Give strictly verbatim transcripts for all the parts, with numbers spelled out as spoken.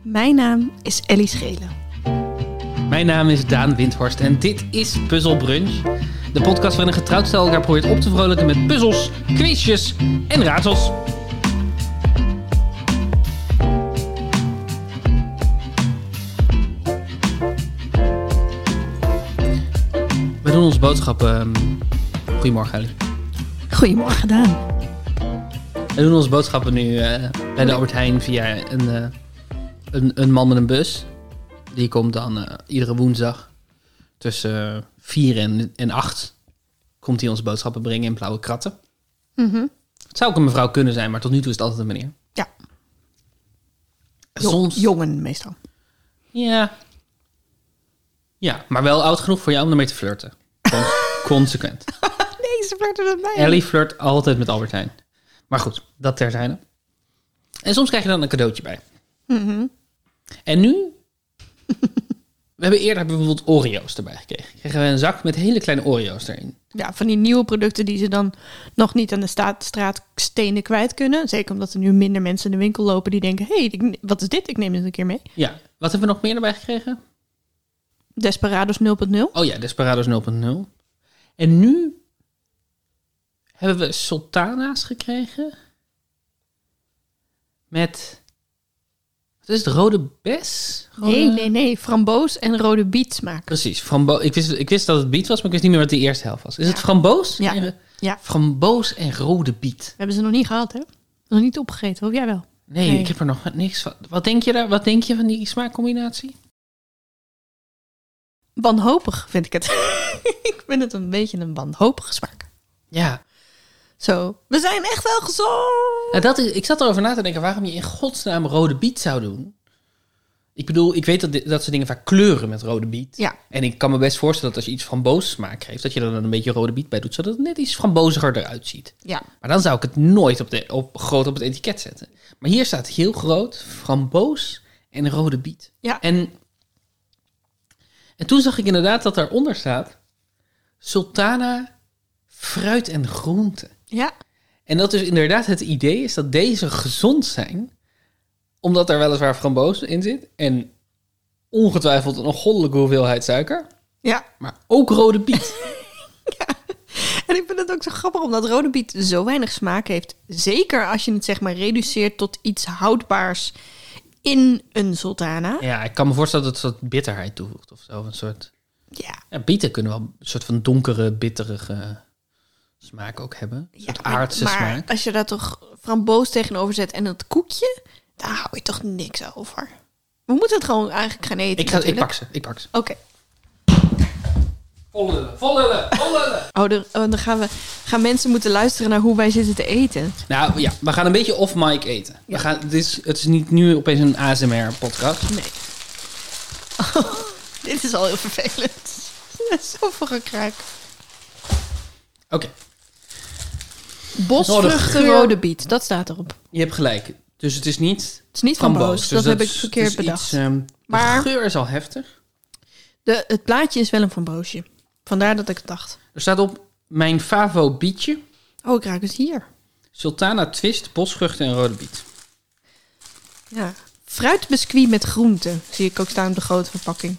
Mijn naam is Ellie Schelen. Mijn naam is Daan Windhorst en dit is Puzzle Brunch. De podcast waarin een getrouwd stel elkaar probeert op te vrolijken met puzzels, quizjes en raadsels. We doen onze boodschappen... Goedemorgen, Ellie. Goedemorgen, Daan. We doen onze boodschappen nu uh, bij de Albert Heijn via een, uh, een, een man met een bus. Die komt dan uh, iedere woensdag tussen uh, vier en, en acht... komt hij onze boodschappen brengen in blauwe kratten. Mm-hmm. Het zou ook een mevrouw kunnen zijn, maar tot nu toe is het altijd een meneer. Ja. Soms... Jongen meestal. Ja. Ja, maar wel oud genoeg voor jou om ermee te flirten. Con- consequent. Nee, ze flirten met mij. Ellie flirt altijd met Albert Heijn. Maar goed, dat terzijde. En soms krijg je dan een cadeautje bij. Mm-hmm. En nu... We hebben eerder bijvoorbeeld Oreo's erbij gekregen. Kregen we een zak met hele kleine Oreo's erin. Ja, van die nieuwe producten die ze dan nog niet aan de staat, straatstenen kwijt kunnen. Zeker omdat er nu minder mensen in de winkel lopen die denken... hé, hey, wat is dit? Ik neem dit een keer mee. Ja, wat hebben we nog meer erbij gekregen? Desperados nul punt nul. Oh ja, Desperados nul punt nul. En nu hebben we sultana's gekregen met... Wat is het? Rode bes? Rode... Nee, nee, nee. Framboos en rode biet smaak. Precies. Frambo- ik, wist, ik wist dat het biet was, maar ik wist niet meer wat de eerste helft was. Is Ja. het framboos? Ja. Nee, Ja. Framboos en rode biet. We hebben ze nog niet gehad, hè? Nog niet opgegeten, of jij wel? Nee, Nee. ik heb er nog niks van. Wat denk je daar? Wat denk je van die smaakcombinatie? Wanhopig vind ik het. Ik vind het een beetje een wanhopige smaak. Ja. Zo, we zijn echt wel gezond. Nou, dat is, ik zat erover na te denken waarom je in godsnaam rode biet zou doen. Ik bedoel, ik weet dat, di- dat ze dingen vaak kleuren met rode biet. Ja. En ik kan me best voorstellen dat als je iets framboos smaak geeft, dat je er dan een beetje rode biet bij doet, zodat het net iets framboziger eruit ziet. Ja. Maar dan zou ik het nooit op de, op, groot op het etiket zetten. Maar hier staat heel groot framboos en rode biet. Ja. En, en toen zag ik inderdaad dat daaronder staat sultana, fruit en groente. Ja. En dat dus inderdaad het idee is dat deze gezond zijn, omdat er weliswaar framboos in zit en ongetwijfeld een goddelijke hoeveelheid suiker, Ja. maar ook rode biet. En ik vind het ook zo grappig omdat rode biet zo weinig smaak heeft. Zeker als je het zeg maar reduceert tot iets houdbaars in een sultana. Ja, ik kan me voorstellen dat het een soort bitterheid toevoegt of zo. Een soort... Ja. Ja, bieten kunnen wel een soort van donkere, bitterige smaak ook hebben. Een soort maar, aardse maar smaak. als je daar toch framboos tegenover zet en dat koekje, daar hou je toch niks over. We moeten het gewoon eigenlijk gaan eten. Ik, ga, ik natuurlijk. pak ze, ik pak ze. Oké. Vol lullen, vol lullen, vol lullen. Oh, er- oh, dan gaan, we, gaan mensen moeten luisteren naar hoe wij zitten te eten. Nou ja, we gaan een beetje off mic eten. Ja. We gaan, dit is, het is niet nu opeens een A S M R-podcast. Nee. Oh, dit is al heel vervelend. Zoveel gekruik. Oké, Bosvruchten, Oh, de geur- rode biet. Dat staat erop. je hebt gelijk. Dus het is niet Het is niet framboos. framboos. Dus dat heb ik is- verkeerd het is bedacht. iets, ehm, Maar- de geur is al heftig. De, het plaatje is wel een framboosje. Vandaar dat ik het dacht. Er staat op mijn favo bietje. Oh, ik ruik het hier. Sultana twist, bosvruchten en rode biet. Ja. Fruitbiscuit met groenten. Zie ik ook staan op de grote verpakking.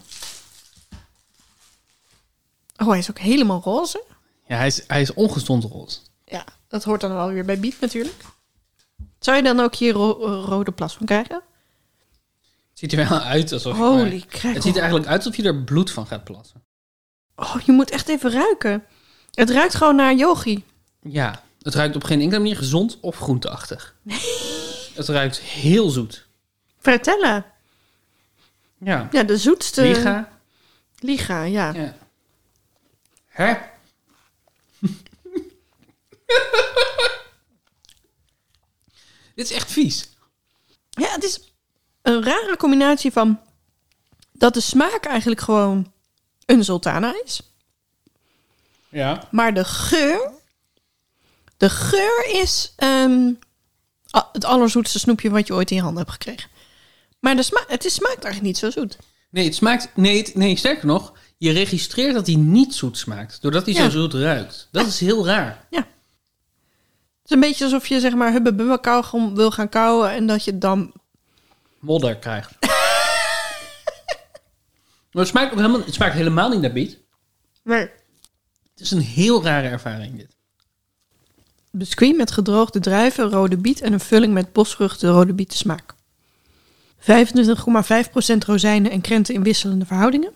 Oh, hij is ook helemaal roze. Ja, hij is, hij is ongezond roze. Ja, dat hoort dan wel weer bij biet natuurlijk. Zou je dan ook hier ro- rode plas van krijgen? Het ziet er wel uit alsof je... Holy maar- crap. Het ziet er eigenlijk uit alsof je er bloed van gaat plassen. Oh, je moet echt even ruiken. Het ruikt gewoon naar yogi. Ja, het ruikt op geen enkele manier gezond of groenteachtig. Nee. Het ruikt heel zoet. Vertellen. Ja. Ja, de zoetste... Liga. Liga, ja. Ja. Hè? Dit is echt vies. Ja, het is een rare combinatie van... dat de smaak eigenlijk gewoon een sultana is. Ja. Maar de geur... De geur is ehm, a- het allerzoetste snoepje wat je ooit in je handen hebt gekregen. Maar de sma- het is, smaakt eigenlijk niet zo zoet. Nee, het smaakt... Nee, het- nee, sterker nog, je registreert dat hij niet zoet smaakt. Doordat hij Ja. zo zoet ruikt. Dat is heel raar. Ja. Het is een beetje alsof je zeg maar hubbe bubbe kauwgom wil gaan kauwen en dat je dan... Modder krijgt. Maar het smaakt, ook helemaal, het smaakt helemaal niet naar biet. Nee. Het is een heel rare ervaring, dit. Biscuit met gedroogde druiven, rode biet en een vulling met bosvruchten, rode bietensmaak. vijfentwintig komma vijf procent rozijnen en krenten in wisselende verhoudingen.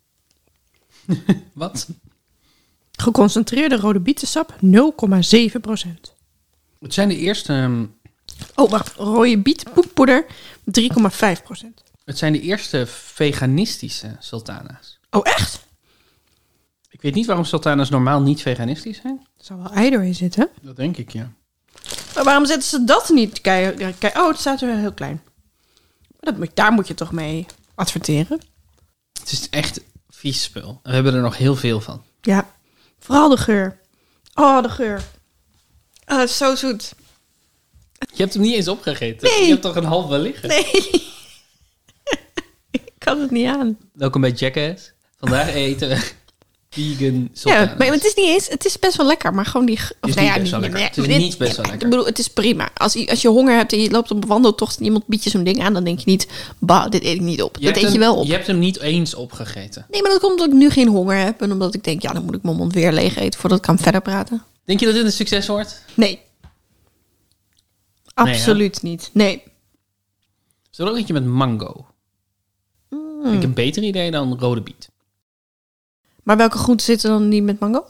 Wat? Geconcentreerde rode bietensap nul komma zeven procent. Het zijn de eerste... um, Oh, wacht. Rode biet poeppoeder drie komma vijf procent. Het zijn de eerste veganistische sultana's. Oh, echt? Ik weet niet waarom sultana's normaal niet veganistisch zijn. Er zou wel ei doorheen zitten. Dat denk ik, ja. Maar waarom zetten ze dat niet? Kijk, kijk, oh, het staat er heel klein. Maar dat moet, daar moet je toch mee adverteren? Het is echt vies spul. We hebben er nog heel veel van. Ja, vooral de geur. Oh, de geur. Oh, het is zo zoet. Je hebt hem niet eens opgegeten. Nee. Je hebt toch een halve liggen? Nee. Ik kan het niet aan. Welkom bij Jackass. Vandaag eten we vegan sultana's. Ja, maar het is niet eens... Het is best wel lekker, maar gewoon die... Of, Het is nou niet ja, best wel niet- lekker. nee, Het is dit- niet best wel ja, lekker. Ik bedoel, het is prima. Als je, als je honger hebt en je loopt op een wandeltocht en iemand biedt je zo'n ding aan, dan denk je niet, bah, dit eet ik niet op. Je dat hebt eet je hem- wel op. Je hebt hem niet eens opgegeten. Nee, maar dat komt omdat ik nu geen honger heb en omdat ik denk, ja, dan moet ik mijn mond weer leeg eten voordat ik kan verder praten. Denk je dat dit een succes wordt? Nee. Absoluut niet. Nee. Zullen we ook eentje met mango? Mm. Vind ik een beter idee dan rode biet. Maar welke groenten zitten dan niet met mango?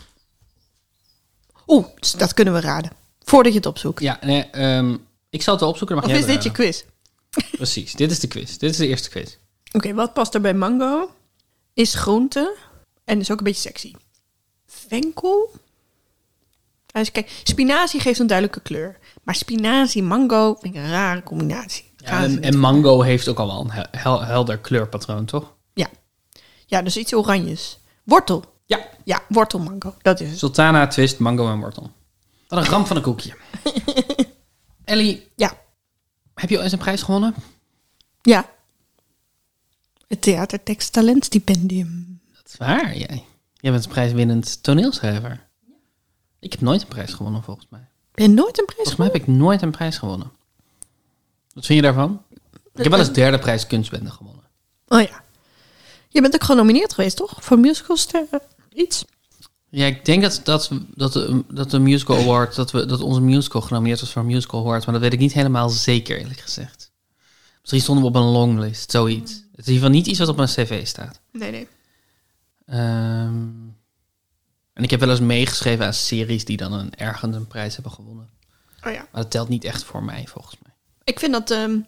Oeh, dus dat kunnen we raden. Voordat je het opzoekt. Ja, nee, ehm, ik zal het wel opzoeken. Dan Of mag is jij dit je het raden. quiz? Precies, dit is de quiz. Dit is de eerste quiz. Oké, wat past er bij mango? Is groente en is ook een beetje sexy. Venkel? Dus kijk, spinazie geeft een duidelijke kleur. Maar spinazie, mango, vind ik een rare combinatie. Ja, Gaan ze en, niet en mango heeft ook al wel een hel- hel- helder kleurpatroon, toch? Ja. Ja, dus iets oranjes. Wortel. Ja. Ja, wortelmango. Dat is het. Sultana, twist, mango en wortel. Wat een ramp van een koekje. Ellie, Ja. heb je al eens een prijs gewonnen? Ja. Het theaterteksttalentstipendium. Dat is waar, jij. Jij bent een prijswinnend toneelschrijver. Ik heb nooit een prijs gewonnen, volgens mij. Ben je nooit een prijs Volgens mij heb ik nooit een prijs gewonnen. Wat vind je daarvan? Ik heb wel eens derde prijs kunstbende gewonnen. Oh ja. Je bent ook genomineerd geweest, toch? Voor musicalster iets? Ja, ik denk dat, dat, dat, de, dat de musical award, dat, we, dat onze musical genomineerd was voor een musical award, maar dat weet ik niet helemaal zeker, eerlijk gezegd. Misschien stonden we op een longlist, zoiets. Het is in ieder geval niet iets wat op mijn cv staat. Nee, nee. Ehm, en ik heb wel eens meegeschreven aan series die dan een, ergens een prijs hebben gewonnen. Oh ja. Maar dat telt niet echt voor mij, volgens mij. Ik vind dat... ehm,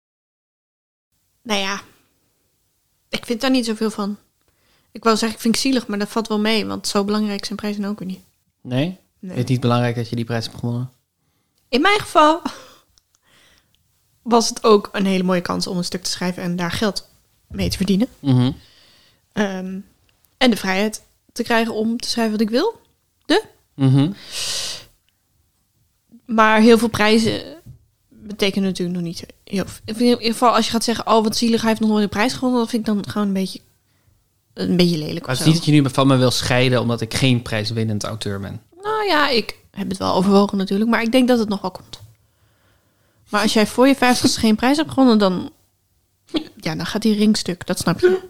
nou ja. Ik vind daar niet zoveel van. Ik wou zeggen, ik vind het zielig, maar dat valt wel mee. Want zo belangrijk zijn prijzen ook weer niet. Nee? Nee. Vind je het niet belangrijk dat je die prijs hebt gewonnen? In mijn geval was het ook een hele mooie kans om een stuk te schrijven en daar geld mee te verdienen. Mhm. Ehm, en de vrijheid te krijgen om te schrijven wat ik wil. De. Mhm. Maar heel veel prijzen betekenen natuurlijk nog niet heel veel. In ieder geval als je gaat zeggen, oh wat zielig, hij heeft nog nooit een prijs gewonnen. Dat vind ik dan gewoon een beetje, een beetje lelijk. Maar of het is zo. niet dat je nu van me wil scheiden omdat ik geen prijswinnend auteur ben. Nou ja, ik heb het wel overwogen natuurlijk, maar ik denk dat het nog wel komt. Maar als jij voor je vijftigste geen prijs hebt gewonnen, dan, ja, dan gaat die ring stuk. Dat snap je.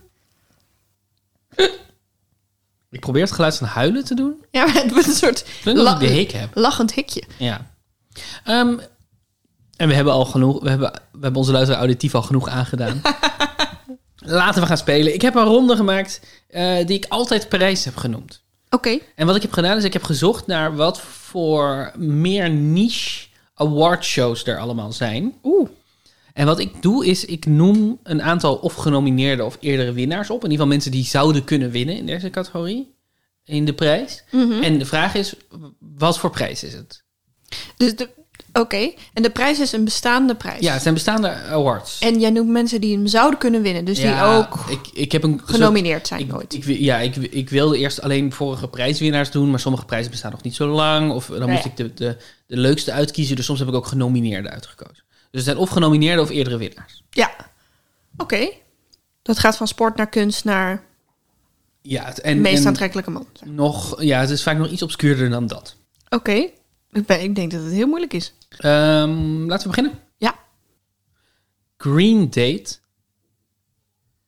Ik probeer het geluid van huilen te doen. Ja, maar het wordt een soort Klinkt alsof ik la- de hik heb. lachend hikje. Ja. Ehm, en we hebben al genoeg, we hebben, we hebben onze luisteraar auditief al genoeg aangedaan. Laten we gaan spelen. Ik heb een ronde gemaakt eh, die ik altijd Parijs heb genoemd. Oké. En wat ik heb gedaan is, ik heb gezocht naar wat voor meer niche awardshows er allemaal zijn. Oeh. En wat ik doe is, ik noem een aantal of genomineerde of eerdere winnaars op. In ieder geval mensen die zouden kunnen winnen in deze categorie. In de prijs. Mhm. En de vraag is, wat voor prijs is het? Dus de, oké. En de prijs is een bestaande prijs. Ja, het zijn bestaande awards. En jij noemt mensen die hem zouden kunnen winnen. Dus die Ja, ook ik, ik heb een genomineerd zijn ik, ooit. ik, ja, ik, ik wilde eerst alleen vorige prijswinnaars doen, maar sommige prijzen bestaan nog niet zo lang. Of dan Ja, moest ja. ik de, de, de leukste uitkiezen. Dus soms heb ik ook genomineerde uitgekozen. Dus het zijn of genomineerde of eerdere winnaars. Ja. Oké. Dat gaat van sport naar kunst naar Ja, het, en, meest en aantrekkelijke man. Oké. nog, ja, het is vaak nog iets obscuurder dan dat. Ik, ben- ik denk dat het heel moeilijk is. Ehm, laten we beginnen. Ja. Green Date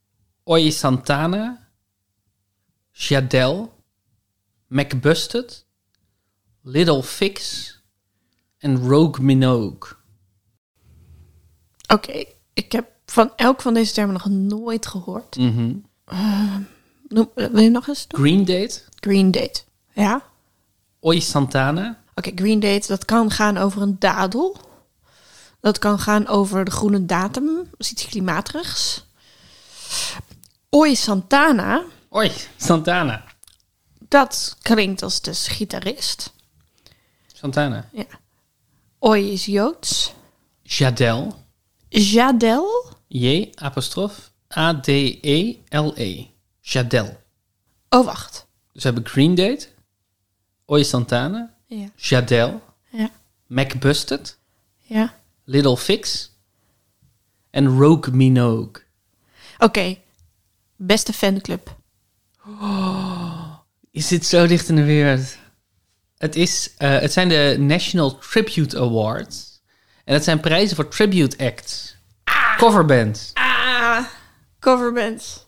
Oi Santana, Jadelle, McBusted, Little Fix en Rogue Minogue. Oké, okay, ik heb van elk van deze termen nog nooit gehoord. Mm-hmm. Uh, noem, wil je nog eens doen? Green Date. Green Date, ja. Oi Santana. Oké, okay, Green Date, dat kan gaan over een dadel. Dat kan gaan over de groene datum. Dat is iets klimaaterigs. Oi Santana. Oi Santana. Dat klinkt als dus gitarist. Santana. Ja. Oi is Joods. Jadelle. Jadelle. J apostrof A D E L E. Jadelle. Oh, wacht. Dus we hebben Green Date. Oi Santana. Ja. Jadelle. Ja. McBusted. Ja. Little Fix. En Rogue Minogue. Oké. Okay. Beste fanclub. Oh, is dit zo dicht in de buurt? Het, is, uh, het zijn de National Tribute Awards. En dat zijn prijzen voor tribute acts. Ah. Coverbands. Ah, coverbands.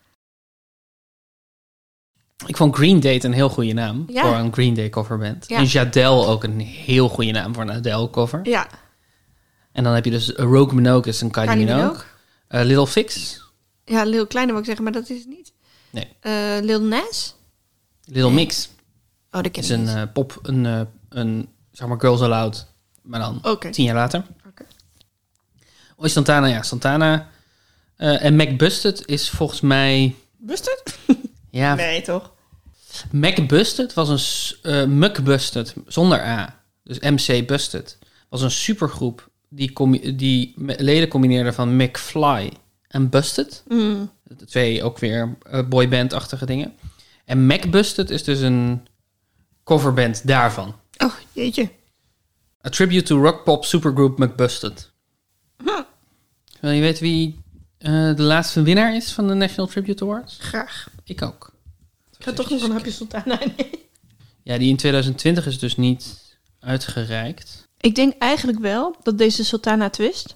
Ik vond Green Date een heel goede naam ja. voor een Green Day coverband. Ja. En Jadelle ook een heel goede naam voor een Adele cover. Ja. En dan heb je dus Rogue Minogue, is een Kylie, Kylie Minogue. Minogue. Uh, Little Fix. Ja, Lil Kleine wil ik zeggen, maar dat is het niet. Nee. Uh, Lil Nas? Little nee. Mix. Oh, dat ken is ik een niet. Uh, pop, een, uh, een, zeg maar, Girls Aloud. Maar dan okay. tien jaar later. Okay. Oi Santana, ja, Santana. Uh, en McBusted is volgens mij... Busted? Ja. Nee, toch? McBusted was een... Uh, McBusted, zonder A. Dus M C Busted. Was een supergroep die, com- die leden combineerde van McFly en Busted. Mm. De twee ook weer uh, boyband-achtige dingen. En McBusted is dus een coverband daarvan. Oh, jeetje. A tribute to rock-pop supergroup McBusted. Huh. Wil je weten wie uh, de laatste winnaar is van de National Tribute Awards? Graag. Ik ook. Ik ga toch nog een hapje Sultana. Nee. Ja, die in twintig twintig is dus niet uitgereikt. Ik denk eigenlijk wel dat deze Sultana Twist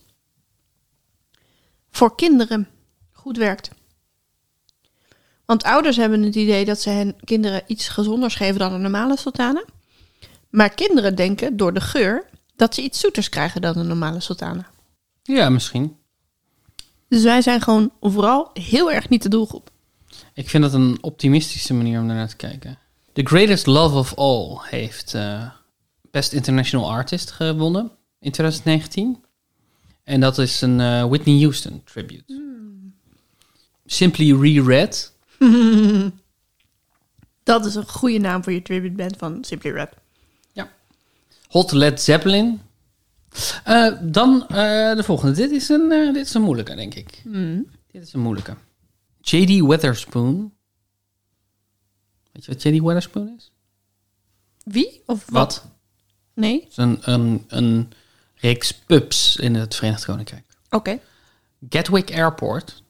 voor kinderen goed werkt. Want ouders hebben het idee dat ze hun kinderen iets gezonders geven dan een normale Sultana. Maar kinderen denken door de geur dat ze iets zoeters krijgen dan een normale Sultana. Ja, misschien. Dus wij zijn gewoon vooral heel erg niet de doelgroep. Ik vind dat een optimistische manier om naar te kijken. The Greatest Love of All heeft uh, Best International Artist gewonnen in twintig negentien. En dat is een uh, Whitney Houston tribute. Hmm. Simply Re-Red. Dat is een goede naam voor je tribute band van Simply Red. Ja. Hot Led Zeppelin. Uh, dan uh, de volgende. Dit is een, uh, dit is een moeilijke, denk ik. Hmm. Dit is een moeilijke. J D Wetherspoon. Weet je wat J D Wetherspoon is? Wie? Of wat? wat? Nee. Het is een, een, een reeks pubs in het Verenigd Koninkrijk. Oké. Okay. Gatwick Airport.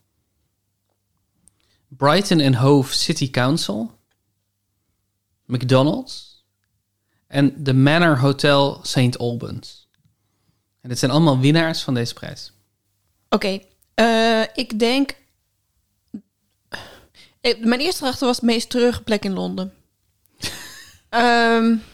Brighton and Hove City Council. McDonald's. En The Manor Hotel Saint Albans. En dit zijn allemaal winnaars van deze prijs. Oké. Okay. Uh, ik denk... Mijn eerste gedachte was het meest treurige plek in Londen. um,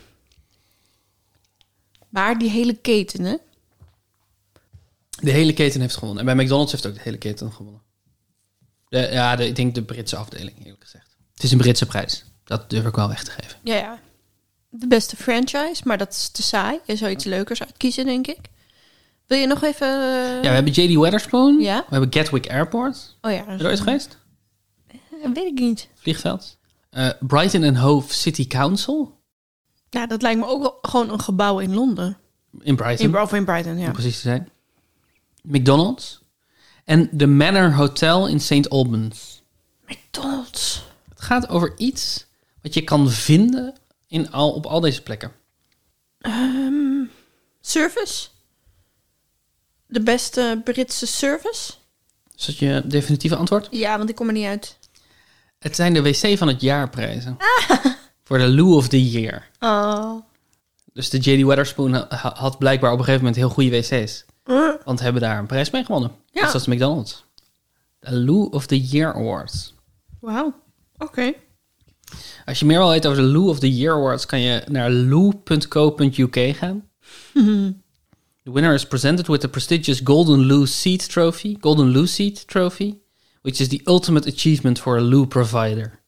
maar die hele keten, hè? De hele keten heeft gewonnen. En bij McDonald's heeft ook de hele keten gewonnen. De, ja, de, ik denk de Britse afdeling, eerlijk gezegd. Het is een Britse prijs. Dat durf ik wel weg te geven. Ja, ja. De beste franchise, maar dat is te saai. Je zou iets leukers uitkiezen, denk ik. Wil je nog even... Uh... Ja, we hebben J D Wetherspoon. Ja. We hebben Gatwick Airport. Oh ja. Ben je er ooit geweest? Dat weet ik niet. Vliegveld. Uh, Brighton and Hove City Council. Ja, dat lijkt me ook wel gewoon een gebouw in Londen. In Brighton. In, of in Brighton, ja. Om precies te zijn. McDonald's. En The Manor Hotel in Saint Albans. McDonald's. Het gaat over iets wat je kan vinden in al, op al deze plekken. Um, service? De beste Britse service? Is dat je definitieve antwoord? Ja, want ik kom er niet uit. Het zijn de wc van het jaar prijzen. Ah. Voor de Loo of the Year. Oh. Dus de J D Wetherspoon ha- had blijkbaar op een gegeven moment heel goede wc's. Uh. Want hebben daar een prijs mee gewonnen. Ja. Dus dat is McDonald's. De Loo of the Year Awards. Wauw, oké. Okay. Als je meer wil weten over de Loo of the Year Awards, kan je naar loo punt co punt u k gaan. Mm-hmm. The winner is presented with the prestigious Golden Loo Seat Trophy. Golden Loo Seat Trophy, which is the ultimate achievement for a Loo provider.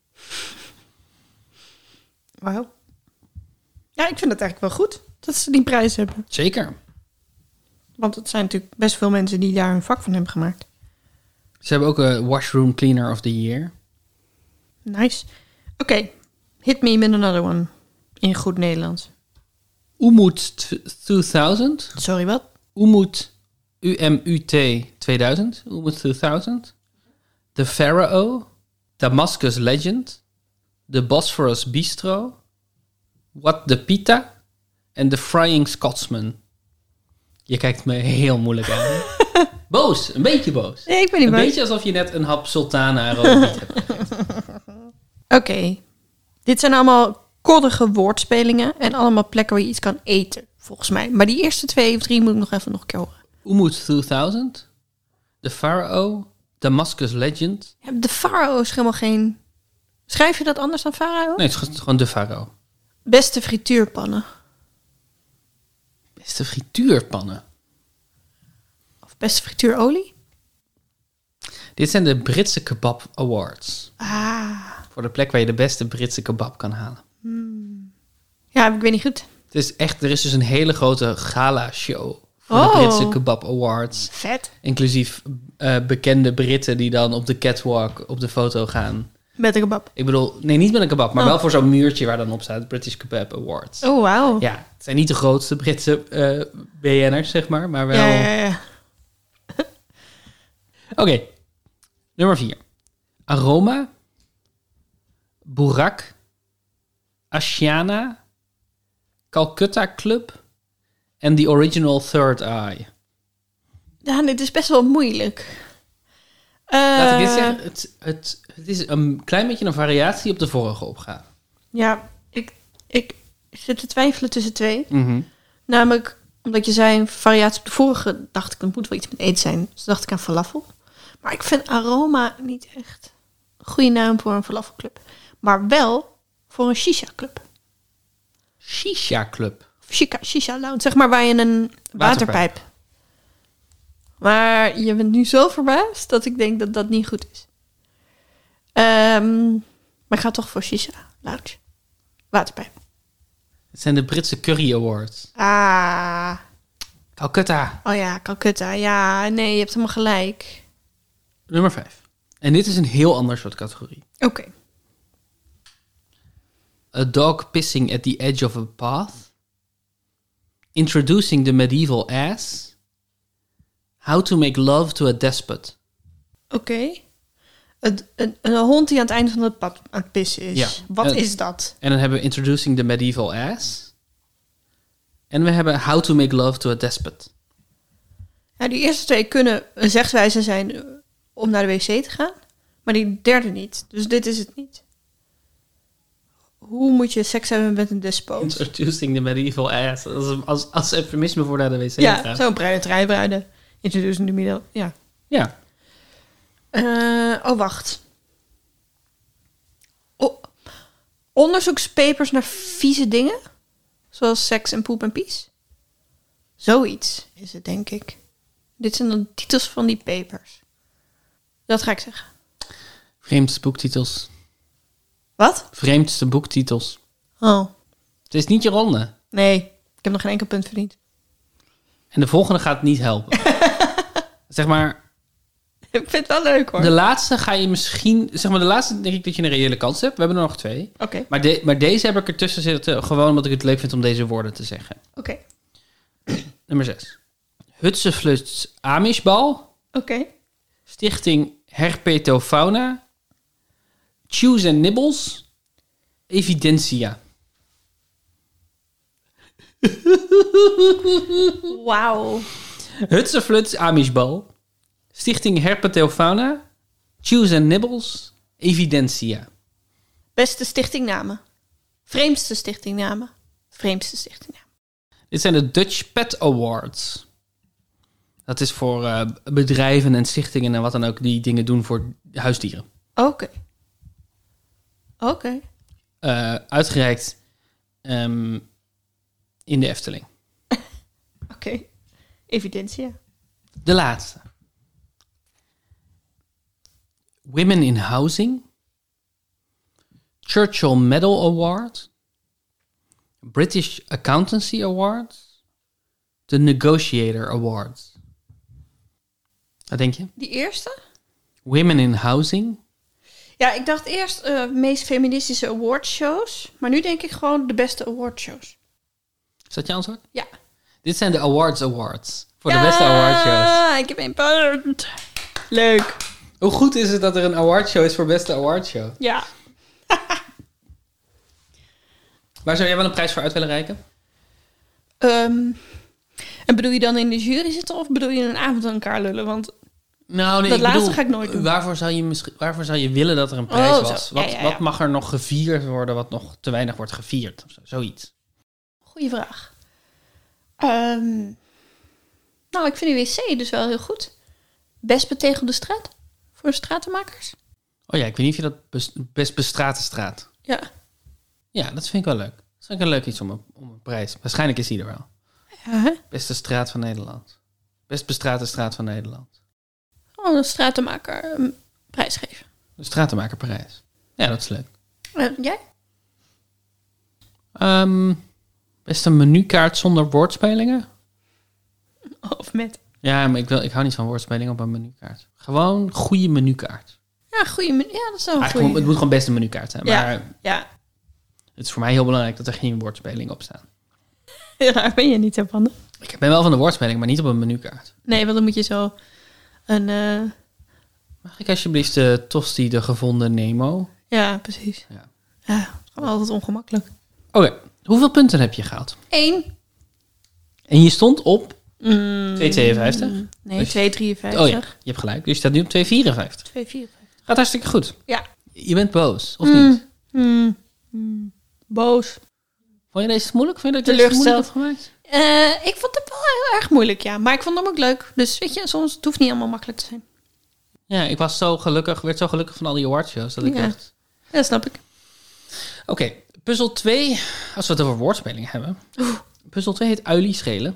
Wauw. Ja, ik vind het eigenlijk wel goed dat ze die prijs hebben. Zeker. Want het zijn natuurlijk best veel mensen die daar een vak van hebben gemaakt. Ze hebben ook een Washroom Cleaner of the Year. Nice. Oké, okay. Hit me with another one. In goed Nederlands. Umut tweeduizend. Sorry, wat? Umut, U M U T tweeduizend. Umut tweeduizend. The Pharaoh. Damascus Legend. The Bosphorus Bistro. What the Pita. En The Frying Scotsman. Je kijkt me heel moeilijk aan. Boos, een beetje boos. Nee, ik ben niet een boos. Een beetje alsof je net een hap sultana rode biet hebt gegeten. Oké. Okay. Dit zijn allemaal koddige woordspelingen en allemaal plekken waar je iets kan eten, volgens mij. Maar die eerste twee of drie moet ik nog even nog een keer horen. Umut tweeduizend. The Pharaoh. Damascus Legend. Ja, de Pharaoh is helemaal geen... Schrijf je dat anders dan Pharaoh? Nee, het is gewoon de Pharaoh. Beste frituurpannen. Beste frituurpannen. Of beste frituurolie? Dit zijn de Britse Kebab Awards. Ah. Voor de plek waar je de beste Britse kebab kan halen. Hmm. Ja, ik weet niet goed. Het is echt, er is dus een hele grote gala-show voor oh. de Britse Kebab Awards. Vet. Inclusief uh, bekende Britten die dan op de catwalk op de foto gaan. Met een kebab? Ik bedoel, nee, niet met een kebab, maar oh. wel voor zo'n muurtje waar dan op staat British Kebab Awards. Oh, wauw. Ja, het zijn niet de grootste Britse uh, B N'ers, zeg maar, maar wel... Ja, ja, ja. Oké, okay. Nummer vier. Aroma, Burak, Ashiana, Calcutta Club en The Original Third Eye. Ja, dit is best wel moeilijk. Uh, Laat ik dit zeggen, het, het, het is een klein beetje een variatie op de vorige opgave. Ja, ik, ik zit te twijfelen tussen twee. Mm-hmm. Namelijk, omdat je zei een variatie op de vorige, dacht ik, het moet wel iets met eten zijn. Dus dacht ik aan falafel. Maar ik vind aroma niet echt een goede naam voor een falafelclub. Maar wel voor een shisha-club. Shisha-club? Shisha, shisha lounge, zeg maar waar je een waterpijp. waterpijp. Maar je bent nu zo verbaasd dat ik denk dat dat niet goed is. Um, maar ik ga toch voor shisha lounge. Waterpijp. Het zijn de Britse Curry Awards. Ah. Calcutta. Oh ja, Calcutta. Ja, nee, je hebt helemaal gelijk. Nummer vijf. En dit is een heel ander soort categorie. Oké. Okay. A dog pissing at the edge of a path. Introducing the medieval ass. How to make love to a despot. Oké. Okay. Een, een, een hond die aan het einde van het pad aan het pissen is. Ja. Wat en, is dat? En dan hebben we Introducing the medieval ass. En we hebben How to make love to a despot. Ja, die eerste twee kunnen een zegswijze zijn om naar de wc te gaan. Maar die derde niet. Dus dit is het niet. Hoe moet je seks hebben met een despoot? Introducing the medieval ass. Als, als, als eufemisme voor naar de wc ja, te gaan. Ja, zo'n bruine trijbruiden. Introducing the middle, ja. Ja. Uh, oh, wacht. Oh, onderzoekspapers naar vieze dingen? Zoals seks en poep en pies? Zoiets is het, denk ik. Dit zijn de titels van die papers. Dat ga ik zeggen. Vreemdste boektitels. Wat? Vreemdste boektitels. Oh. Het is niet je ronde. Nee, ik heb nog geen enkel punt verdiend. En de volgende gaat niet helpen. Zeg maar... Ik vind het wel leuk, hoor. De laatste ga je misschien... Zeg maar, de laatste denk ik dat je een reële kans hebt. We hebben er nog twee. Oké. Okay. Maar, de, maar deze heb ik ertussen zitten... gewoon omdat ik het leuk vind om deze woorden te zeggen. Oké. Okay. Nummer zes. Hutsefluts Amishbal. Oké. Okay. Stichting Herpetofauna. Chews and Nibbles. Evidentia. Wauw. Hutsefluts Amishbal. Stichting Herpetofauna. Chews and Nibbles. Evidentia. Beste stichtingnamen. Vreemdste stichtingnamen. Vreemdste stichtingnamen. Dit zijn de Dutch Pet Awards. Dat is voor uh, bedrijven en stichtingen en wat dan ook die dingen doen voor huisdieren. Oké. Okay. Oké. Okay. Uh, uitgereikt um, in de Efteling. Oké. Okay. Evidentia. De laatste. Women in Housing. Churchill Medal Award. British Accountancy Award. De Negotiator Award. Wat denk je? Die eerste? Women in Housing. Ja, ik dacht eerst uh, meest feministische awardshows. Maar nu denk ik gewoon de beste awardshows. Is dat je antwoord? Ja. Dit zijn de Awards Awards. Voor ja, de beste awardshows. Ja, ik heb een punt. Leuk. Hoe goed is het dat er een awardshow is voor beste awardshow? Ja. Waar zou jij wel een prijs voor uit willen reiken? Um, en bedoel je dan in de jury zitten of bedoel je een avond aan elkaar lullen? Want nou, nee, dat ik laatste bedoel, ga ik nooit doen. Waarvoor zou, je misschien, waarvoor zou je willen dat er een prijs oh, was? Ja, wat, ja, ja. wat mag er nog gevierd worden wat nog te weinig wordt gevierd? Of zo, zoiets. Goeie vraag. Um, nou, ik vind de wc dus wel heel goed. Best betegelde straat voor stratenmakers. Oh ja, ik weet niet of je dat best, best bestrate straat. Ja. Ja, dat vind ik wel leuk. Dat vind ik een leuk iets om een, om een prijs. Waarschijnlijk is die er wel. Ja, hè? Beste straat van Nederland. Best bestrate straat van Nederland. Oh, een stratenmaker um, prijs geven. De stratenmakerprijs. Ja, dat is leuk. Uh, jij? Um, best een menukaart zonder woordspelingen. Of met? Ja, maar ik, wil, ik hou niet van woordspelingen op een menukaart. Gewoon goede menukaart. Ja, goede menu. Ja, dat is wel een goede. Het moet gewoon best een menukaart zijn. Maar ja, ja. Het is voor mij heel belangrijk dat er geen woordspelingen op staan. Ja, daar ben je niet zo van. Ik ben wel van de woordspeling, maar niet op een menukaart. Nee, want dan moet je zo een... Uh... Mag ik alsjeblieft de tosti de gevonden Nemo? Ja, precies. Ja, ja altijd ongemakkelijk. Oké, okay. Hoeveel punten heb je gehaald? Eén. En je stond op mm, twee komma tweeënvijftig? Nee, twee komma drieënvijftig. Oh ja, je hebt gelijk. Dus je staat nu op twee komma vierenvijftig. twee komma vierenvijftig. Gaat hartstikke goed. Ja. Je bent boos, of mm, niet? Mm, mm, boos. Vond je deze moeilijk? Vond je dat je deze moeilijk had gemaakt? Uh, ik vond het wel heel erg moeilijk, ja. Maar ik vond hem ook leuk. Dus weet je, soms het hoeft niet allemaal makkelijk te zijn. Ja, ik was zo gelukkig, werd zo gelukkig van al die awardshows dat ik ja. echt... Ja, dat snap ik. Oké, okay, puzzel twee, als we het over woordspelingen hebben. Oeh. Puzzel twee heet Uilie schelen.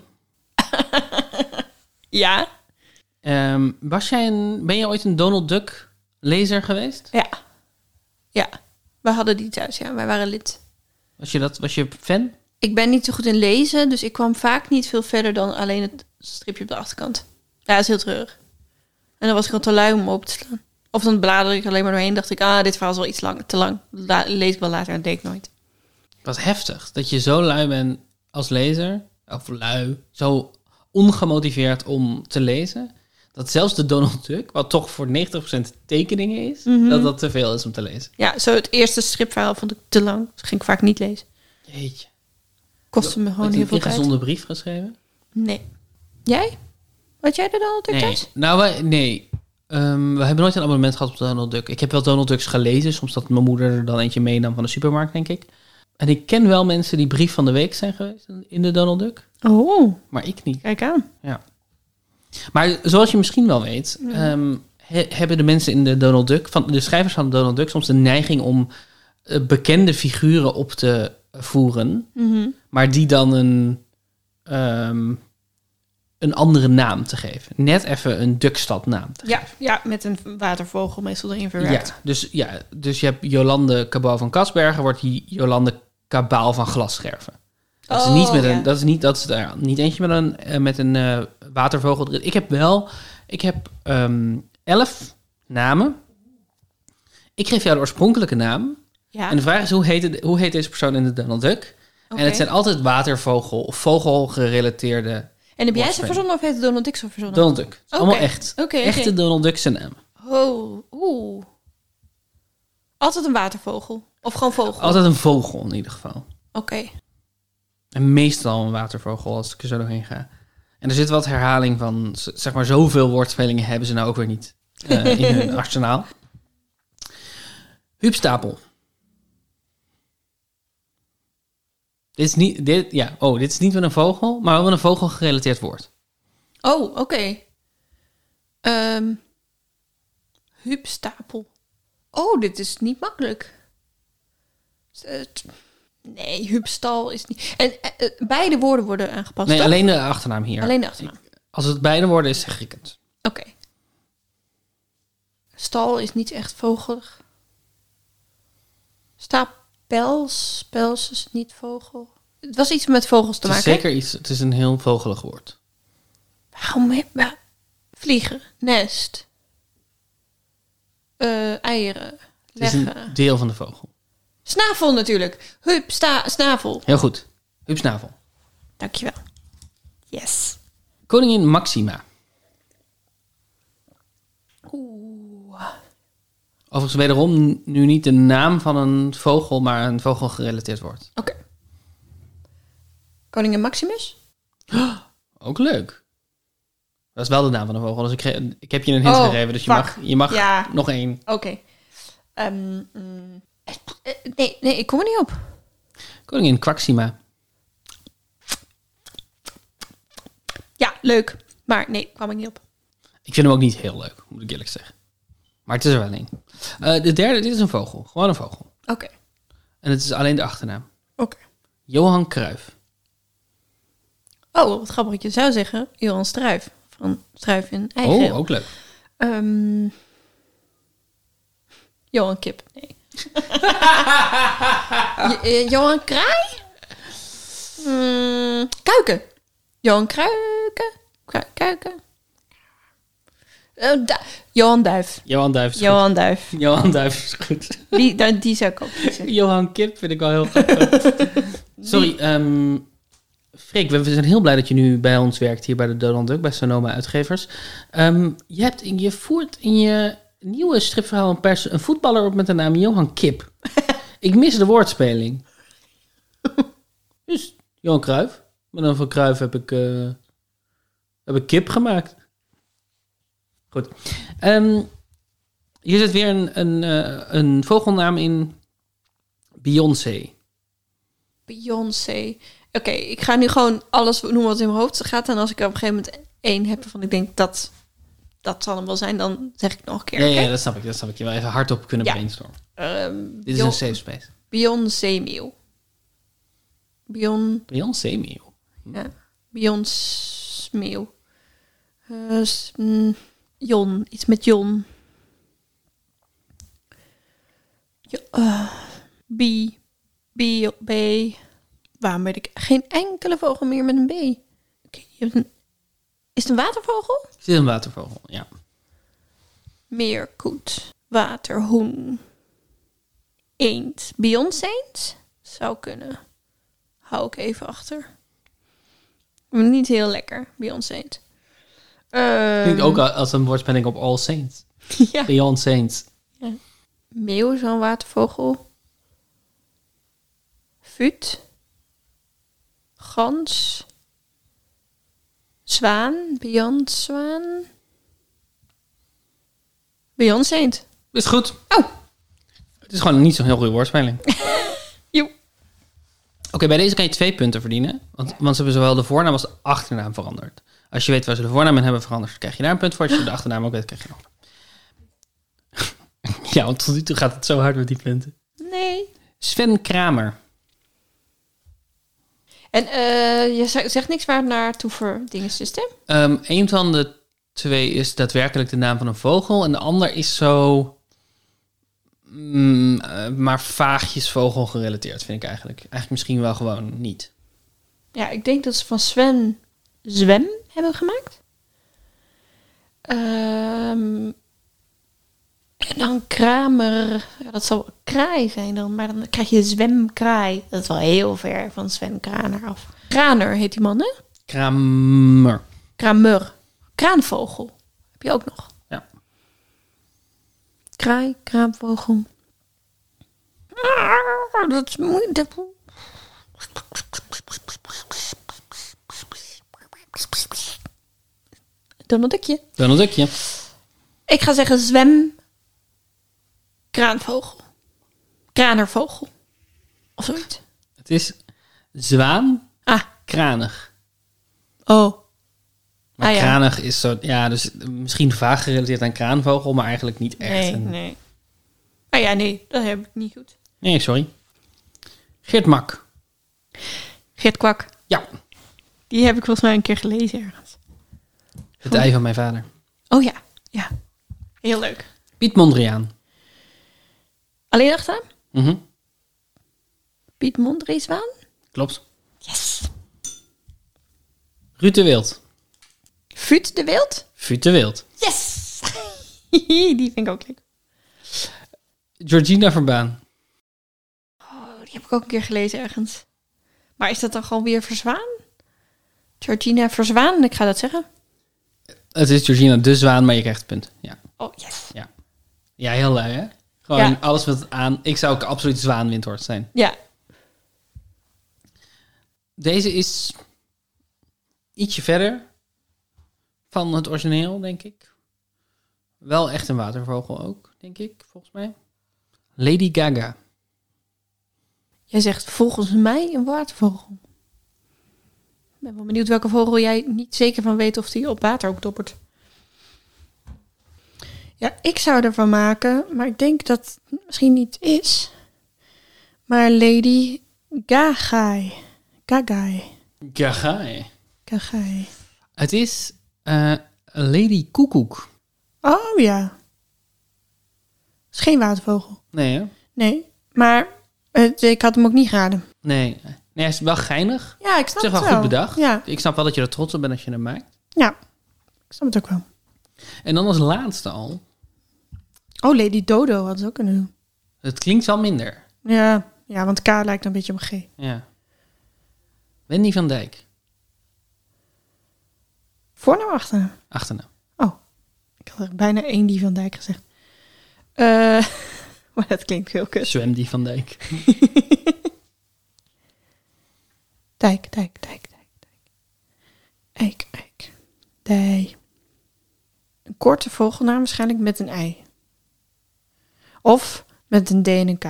Ja. Um, was jij een, ben je ooit een Donald Duck lezer geweest? Ja. Ja, we hadden die thuis, ja. Wij waren lid. Was je, dat, was je fan? Ik ben niet zo goed in lezen, dus ik kwam vaak niet veel verder dan alleen het stripje op de achterkant. Ja, dat is heel treurig. En dan was ik al te lui om op te slaan. Of dan bladerde ik alleen maar doorheen, dacht ik, ah, dit verhaal is wel iets lang, te lang. La- lees ik wel later en dat deed ik nooit. Wat heftig, dat je zo lui bent als lezer, of lui, zo ongemotiveerd om te lezen, dat zelfs de Donald Duck, wat toch voor negentig procent tekeningen is, mm-hmm. dat dat te veel is om te lezen. Ja, zo het eerste stripverhaal vond ik te lang, dus ging ik vaak niet lezen. Jeetje. Kostte me gewoon heel veel tijd. Heb je een gezonde brief geschreven? Nee. Jij? Had jij de Donald Duck nee. thuis? Nou, wij, nee. Um, we hebben nooit een abonnement gehad op Donald Duck. Ik heb wel Donald Ducks gelezen. Soms dat mijn moeder er dan eentje meenam van de supermarkt, denk ik. En ik ken wel mensen die brief van de week zijn geweest in de Donald Duck. Oh. Maar ik niet. Kijk aan. Ja. Maar zoals je misschien wel weet, ja. um, he, hebben de mensen in de Donald Duck, van de schrijvers van Donald Duck, soms de neiging om uh, bekende figuren op te voeren, mm-hmm. maar die dan een, um, een andere naam te geven. Net even een Duckstad-naam te ja, geven. Ja, met een watervogel meestal erin verwerkt. Ja, dus, ja, dus je hebt Jolande Cabau van Kasbergen, wordt die Jolande Cabau van Glasscherven. Dat is oh, niet met ja. een, dat is niet, dat is uh, niet eentje met een, uh, met een uh, watervogel erin. Ik heb wel, ik heb um, elf namen. Ik geef jou de oorspronkelijke naam. Ja. En de vraag is, hoe heet, het, hoe heet deze persoon in de Donald Duck? Okay. En het zijn altijd watervogel of vogelgerelateerde. En heb jij ze verzonnen of heeft Donald Duck ze verzonnen? Donald Duck. Okay. Allemaal echt. Okay, Echte okay. Donald Duck zijn naam. Oh, oeh. Altijd een watervogel? Of gewoon vogel? Altijd een vogel in ieder geval. Oké. Okay. En meestal een watervogel als ik er zo doorheen ga. En er zit wat herhaling van, zeg maar, zoveel woordspelingen hebben ze nou ook weer niet uh, in hun arsenaal. Huub Stapel. Dit is niet, dit, ja, oh, dit is niet met een vogel, maar wel met een vogel gerelateerd woord. Oh, oké. Okay. Um, Huubstapel. Oh, dit is niet makkelijk. Nee, Huubstal is niet... En uh, beide woorden worden aangepast, Nee, toch? alleen de achternaam hier. Alleen de achternaam. Als het beide woorden is, zeg ik het. Oké. Okay. Stal is niet echt vogelig. Stapels. Pels is niet vogel. Het was iets met vogels te maken. Het is maken. zeker iets. Het is een heel vogelig woord. Waarom heb je... Vliegen. Nest. Uh, eieren. Leggen. Het is een deel van de vogel. Snavel natuurlijk. Hup, sta, snavel. Heel goed. Huub snavel. Dankjewel. Yes. Koningin Maxima. Oeh. Overigens wederom nu niet de naam van een vogel, maar een vogel gerelateerd woord. Oké. Okay. Koningin Maximus? Oh, ook leuk. Dat is wel de naam van de vogel. Dus ik, ge- ik heb je een hint oh, gegeven, dus je mag, je mag ja. nog één. Oké. Okay. Um, mm, nee, nee, ik kom er niet op. Koningin Quaxima. Ja, leuk. Maar nee, kwam ik niet op. Ik vind hem ook niet heel leuk, moet ik eerlijk zeggen. Maar het is er wel één. Uh, de derde, dit is een vogel. Gewoon een vogel. Oké. Okay. En het is alleen de achternaam. Oké. Okay. Johan Cruijff. Oh, wat grappig. Je zou zeggen Johan Struijf. Van Struijf in eigen. Oh, ook leuk. Um, Johan Kip. Nee. J- Johan Kraai? Mm, Kuiken. Johan Kruiken. Kru- Kuiken. Uh, du- Johan Duif. Johan Duif is Johan goed. Duif. Johan Duif is goed. Die, die, die zou ik ook kiezen. Johan Kip vind ik wel heel grappig. Sorry, um, Freek, we zijn heel blij dat je nu bij ons werkt hier bij de Donald Duck, bij Sonoma Uitgevers. Um, je, hebt in, je voert in je nieuwe stripverhaal een, pers- een voetballer op met de naam Johan Kip. Ik mis de woordspeling. Dus Johan Cruijff. Maar dan van Cruijff heb ik, uh, heb ik Kip gemaakt. Goed. Um, hier zit weer een, een, uh, een vogelnaam in. Beyoncé. Beyoncé. Oké, okay, ik ga nu gewoon alles noemen wat in mijn hoofd gaat. En als ik er op een gegeven moment één heb waarvan ik denk dat dat zal hem wel zijn, dan zeg ik het nog een keer. Ja, okay? ja, dat snap ik. Dat snap ik. Je wil even hardop kunnen ja. brainstormen. Um, Dit is Bion- een safe space. Beyoncé meeuw. Bion... Beyoncé meeuw. Hm. Ja. Beyoncé meeuw. Uh, mm, Jon. Iets met Jon. Jo, uh, B. B. B. Waarom weet ik geen enkele vogel meer met een B? Okay, je hebt een, is het een watervogel? Het is een watervogel, ja. Meerkoet. Waterhoen. Eend. Beyoncé-eend? Zou kunnen. Hou ik even achter. Niet heel lekker, Beyoncé-eend. Um, Klinkt ook als een woordspeling op All Saints. Ja. Beyond Saints. Ja. Meeuw, zo'n watervogel. Fut. Gans. Zwaan. Beyond zwaan. Beyoncé-eend. Is goed. Oh. Het is gewoon niet zo'n heel goede woordspeling. Joe. Oké, okay, bij deze kan je twee punten verdienen. Want, want ze hebben zowel de voornaam als de achternaam veranderd. Als je weet waar ze de voornaam in hebben veranderd, krijg je daar een punt voor. Als je de achternaam ook weet, krijg je nog. Ja, want tot nu toe gaat het zo hard met die punten. Nee. Sven Kramer. En uh, je zegt niks waar het naartoe voor dingen is, hè? Um, een van de twee is daadwerkelijk de naam van een vogel. En de ander is zo... Mm, uh, maar vaagjes vogel gerelateerd, vind ik eigenlijk. Eigenlijk misschien wel gewoon niet. Ja, ik denk dat ze van Sven Zwem hebben gemaakt. Um, en dan Kramer. Ja, dat zal kraai zijn dan. Maar dan krijg je zwemkraai. Dat is wel heel ver van Sven Kraner af. Kraner heet die man, hè? Kramer. Kramer. Kraanvogel. Heb je ook nog. Ja. Kraai, kraanvogel. Ah, dat is moeilijk. Donald Duckje. Donald Duckje. Ik ga zeggen zwem... kraanvogel. Kranervogel. Of zoiets. Het is zwaan. Ah. Kranig. Oh. Maar Ah, ja. kranig is zo... Ja, dus misschien vaag gerelateerd aan kraanvogel, maar eigenlijk niet echt. Nee, een- nee. Oh ja, nee, dat heb ik niet goed. Nee, sorry. Geert Mak. Geert Kwak. Ja. Die heb ik volgens mij een keer gelezen ergens. Het ei van mijn vader. Oh ja, ja. Heel leuk. Piet Mondriaan. Alleen achteraan? Mhm. Piet Mondriaan? Klopt. Yes. Ruud de Wild. Vuut de Wild? Vuut de Wild. Yes. Die vind ik ook leuk. Georgina Verbaan. Oh, die heb ik ook een keer gelezen ergens. Maar is dat dan gewoon weer Verzwaan? Georgina Verzwaan, ik ga dat zeggen. Het is Georgina de Zwaan, maar je krijgt het punt. Ja, Oh, yes. ja heel lui, hè? Gewoon Ja. alles met het aan... Ik zou ook absoluut Zwaan Windhorst zijn. Ja. Deze is ietsje verder van het origineel, denk ik. Wel echt een watervogel ook, denk ik, volgens mij. Lady Gaga. Jij zegt volgens mij een watervogel. Ik ben wel benieuwd welke vogel jij niet zeker van weet of die op water ook doppert. Ja, ik zou ervan maken, maar ik denk dat het misschien niet is. Maar Lady Gagai. Gagai. Gaga. Gagai. Het is eh, Lady Koekoek. Oh ja. Is geen watervogel. Nee, hè? Nee, maar het, ik had hem ook niet geraden. Nee. Nee, hij is wel geinig. Ja, ik snap Zeg het wel wel. goed bedacht. Ja, Ik snap wel dat je er trots op bent als je hem maakt. ja, ik snap het ook wel. En dan als laatste al. Oh, Lady Dodo hadden ze ook kunnen doen. Het klinkt wel minder. Ja, ja, want K lijkt een beetje op een G. Ja. Wendy van Dijk. Voornaam of achternaam? Achternaam. Oh, ik had er bijna één die van Dijk gezegd. Eh, maar dat klinkt heel kut. Zwemdy van Dijk. Dijk, Dijk, Dijk, Dijk, Dijk. Eik, eik. Dij. Een korte vogelnaam waarschijnlijk met een ei. Of met een D en een K.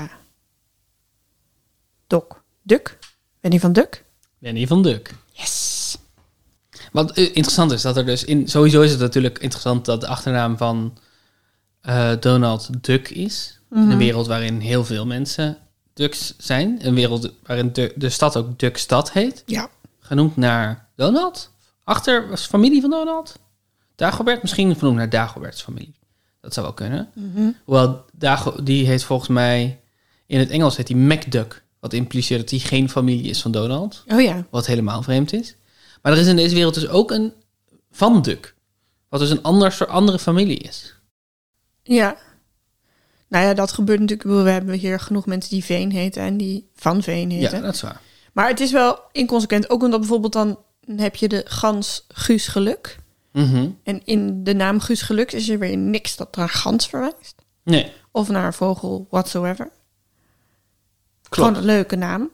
Dok. Duk. Ben je van Duk? Wendy van Duk. Yes. Wat eh, interessant is, dat er dus in... Sowieso is het natuurlijk interessant dat de achternaam van eh, Donald Duck is. In een wereld waarin heel veel mensen Ducks zijn. Een wereld waarin de, de stad ook Duckstad heet. Ja. Genoemd naar Donald. Achter was familie van Donald. Dagobert, misschien vernoemd naar Dagoberts familie. Dat zou wel kunnen. Mhm. Hoewel, Dago, die heet volgens mij... In het Engels heet hij MacDuck. Wat impliceert dat hij geen familie is van Donald. Oh ja. Wat helemaal vreemd is. Maar er is in deze wereld dus ook een Van Duck. Wat dus een ander soort andere familie is. Ja. Nou ja, dat gebeurt natuurlijk. Ik bedoel, we hebben hier genoeg mensen die Veen heten en die Van Veen heten. Ja, dat is waar. Maar het is wel inconsequent. Ook omdat bijvoorbeeld dan heb je de gans Guus Geluk. Mhm. En in de naam Guus Geluk is er weer niks dat naar gans verwijst. Nee, Of naar een vogel whatsoever. klopt. Gewoon een leuke naam.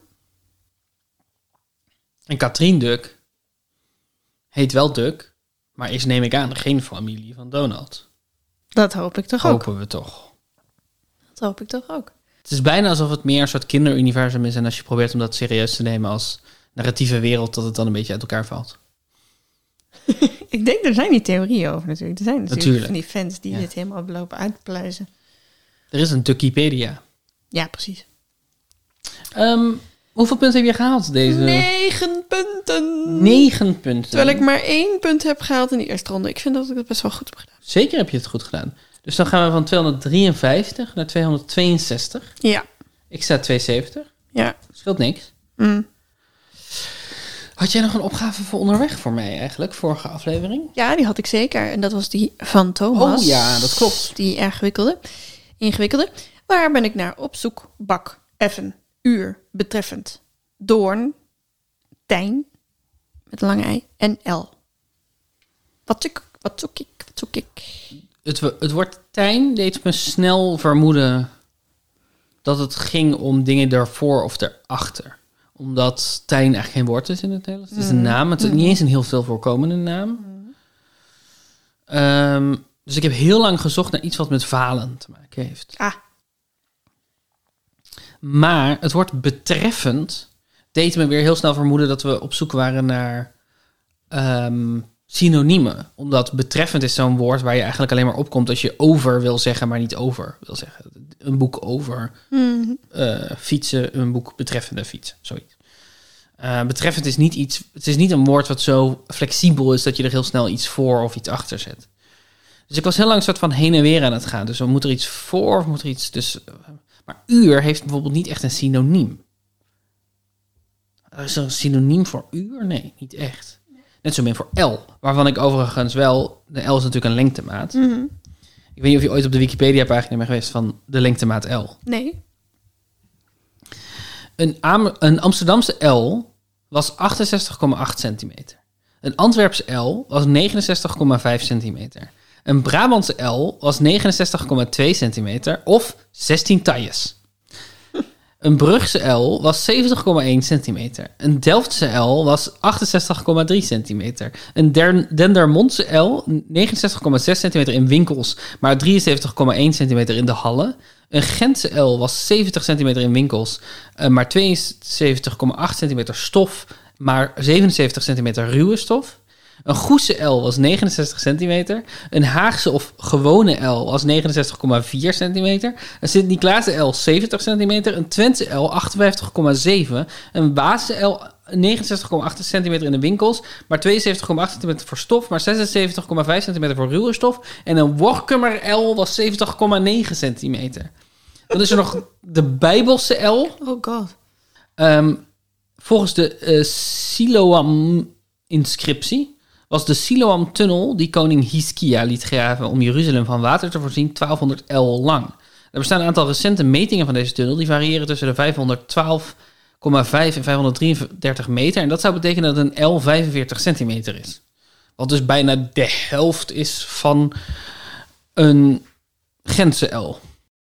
En Katrien Duck heet wel Duck, maar is, neem ik aan, geen familie van Donald. Dat hoop ik toch ook. Hopen we toch. Dat hoop ik toch ook. Het is bijna alsof het meer een soort kinderuniversum is en als je probeert om dat serieus te nemen als narratieve wereld, dat het dan een beetje uit elkaar valt. Ik denk, er zijn die theorieën over natuurlijk. Er zijn natuurlijk, Natuurlijk. van die fans die Ja. dit helemaal lopen uitpluizen. Er is een Duckipedia. Ja, precies. Ehm, hoeveel punten heb je gehaald deze? Negen punten. Negen punten. Terwijl ik maar één punt heb gehaald in de eerste ronde. Ik vind dat ik het best wel goed heb gedaan. Zeker heb je het goed gedaan. Dus dan gaan we van tweehonderddrieënvijftig naar tweehonderdtweeënzestig. Ja. Ik sta tweehonderdzeventig. Ja. Scheelt niks. Mm. Had jij nog een opgave voor onderweg voor mij eigenlijk, vorige aflevering? Ja, die had ik zeker. En dat was die van Thomas. Oh ja, dat klopt. Die erg gewikkelde. Ingewikkelde. Waar ben ik naar op zoek? Bak, effen, uur, betreffend, doorn, tijn, met een lange ei, en L. Wat zoek, wat zoek ik, wat zoek ik? Het, wo- het woord Tijn deed me snel vermoeden dat het ging om dingen daarvoor of daarachter. Omdat Tijn eigenlijk geen woord is in het Nederlands. Het is een naam. Het is niet eens een heel veel voorkomende naam. Ehm, dus ik heb heel lang gezocht naar iets wat met valen te maken heeft. Ah, Maar het woord betreffend deed me weer heel snel vermoeden dat we op zoek waren naar ehm, synoniemen. Omdat betreffend is zo'n woord waar je eigenlijk alleen maar opkomt als je over wil zeggen, maar niet over wil zeggen. Een boek over Mm. uh, fietsen, een boek betreffende fiets, zoiets. Uh, betreffend is niet iets, het is niet een woord wat zo flexibel is dat je er heel snel iets voor of iets achter zet. Dus ik was heel lang een soort van heen en weer aan het gaan. Dus we moeten er iets voor of moet er iets dus. Maar uur heeft bijvoorbeeld niet echt een synoniem. Is er een synoniem voor uur? Nee, niet echt. Net zo min voor L, waarvan ik overigens wel... De L is natuurlijk een lengtemaat. Mm-hmm. Ik weet niet of je ooit op de Wikipedia-pagina bent geweest van de lengtemaat L. Nee. Een, Am- een Amsterdamse L was achtenzestig komma acht centimeter. Een Antwerpse L was negenenzestig komma vijf centimeter. Een Brabantse L was negenenzestig komma twee centimeter of zestien tailles. Een Brugse L was zeventig komma één centimeter. Een Delftse L was achtenzestig komma drie centimeter. Een Der- Dendermondse L negenenzestig komma zes centimeter in winkels, maar drieënzeventig komma één centimeter in de hallen. Een Gentse L was zeventig centimeter in winkels, uh, maar tweeënzeventig komma acht centimeter stof, maar zevenenzeventig centimeter ruwe stof. Een Goese L was negenenzestig centimeter. Een Haagse of gewone L was negenenzestig komma vier centimeter. Een Sint-Niklaas L zeventig centimeter. Een Twentse L achtenvijftig komma zeven. Een Waase L negenenzestig komma acht centimeter in de winkels, maar tweeënzeventig komma acht centimeter voor stof, maar zesenzeventig komma vijf centimeter voor ruwe stof. En een Workumer L was zeventig komma negen centimeter. Dan is er nog de Bijbelse L. Oh god. Um, volgens de uh, Siloam-inscriptie was de Siloam-tunnel die koning Hiskia liet graven om Jeruzalem van water te voorzien twaalfhonderd L lang. Er bestaan een aantal recente metingen van deze tunnel die variëren tussen de vijfhonderdtwaalf komma vijf en vijfhonderddrieëndertig meter. En dat zou betekenen dat een L vijfenveertig centimeter is. Wat dus bijna de helft is van een Gentse L.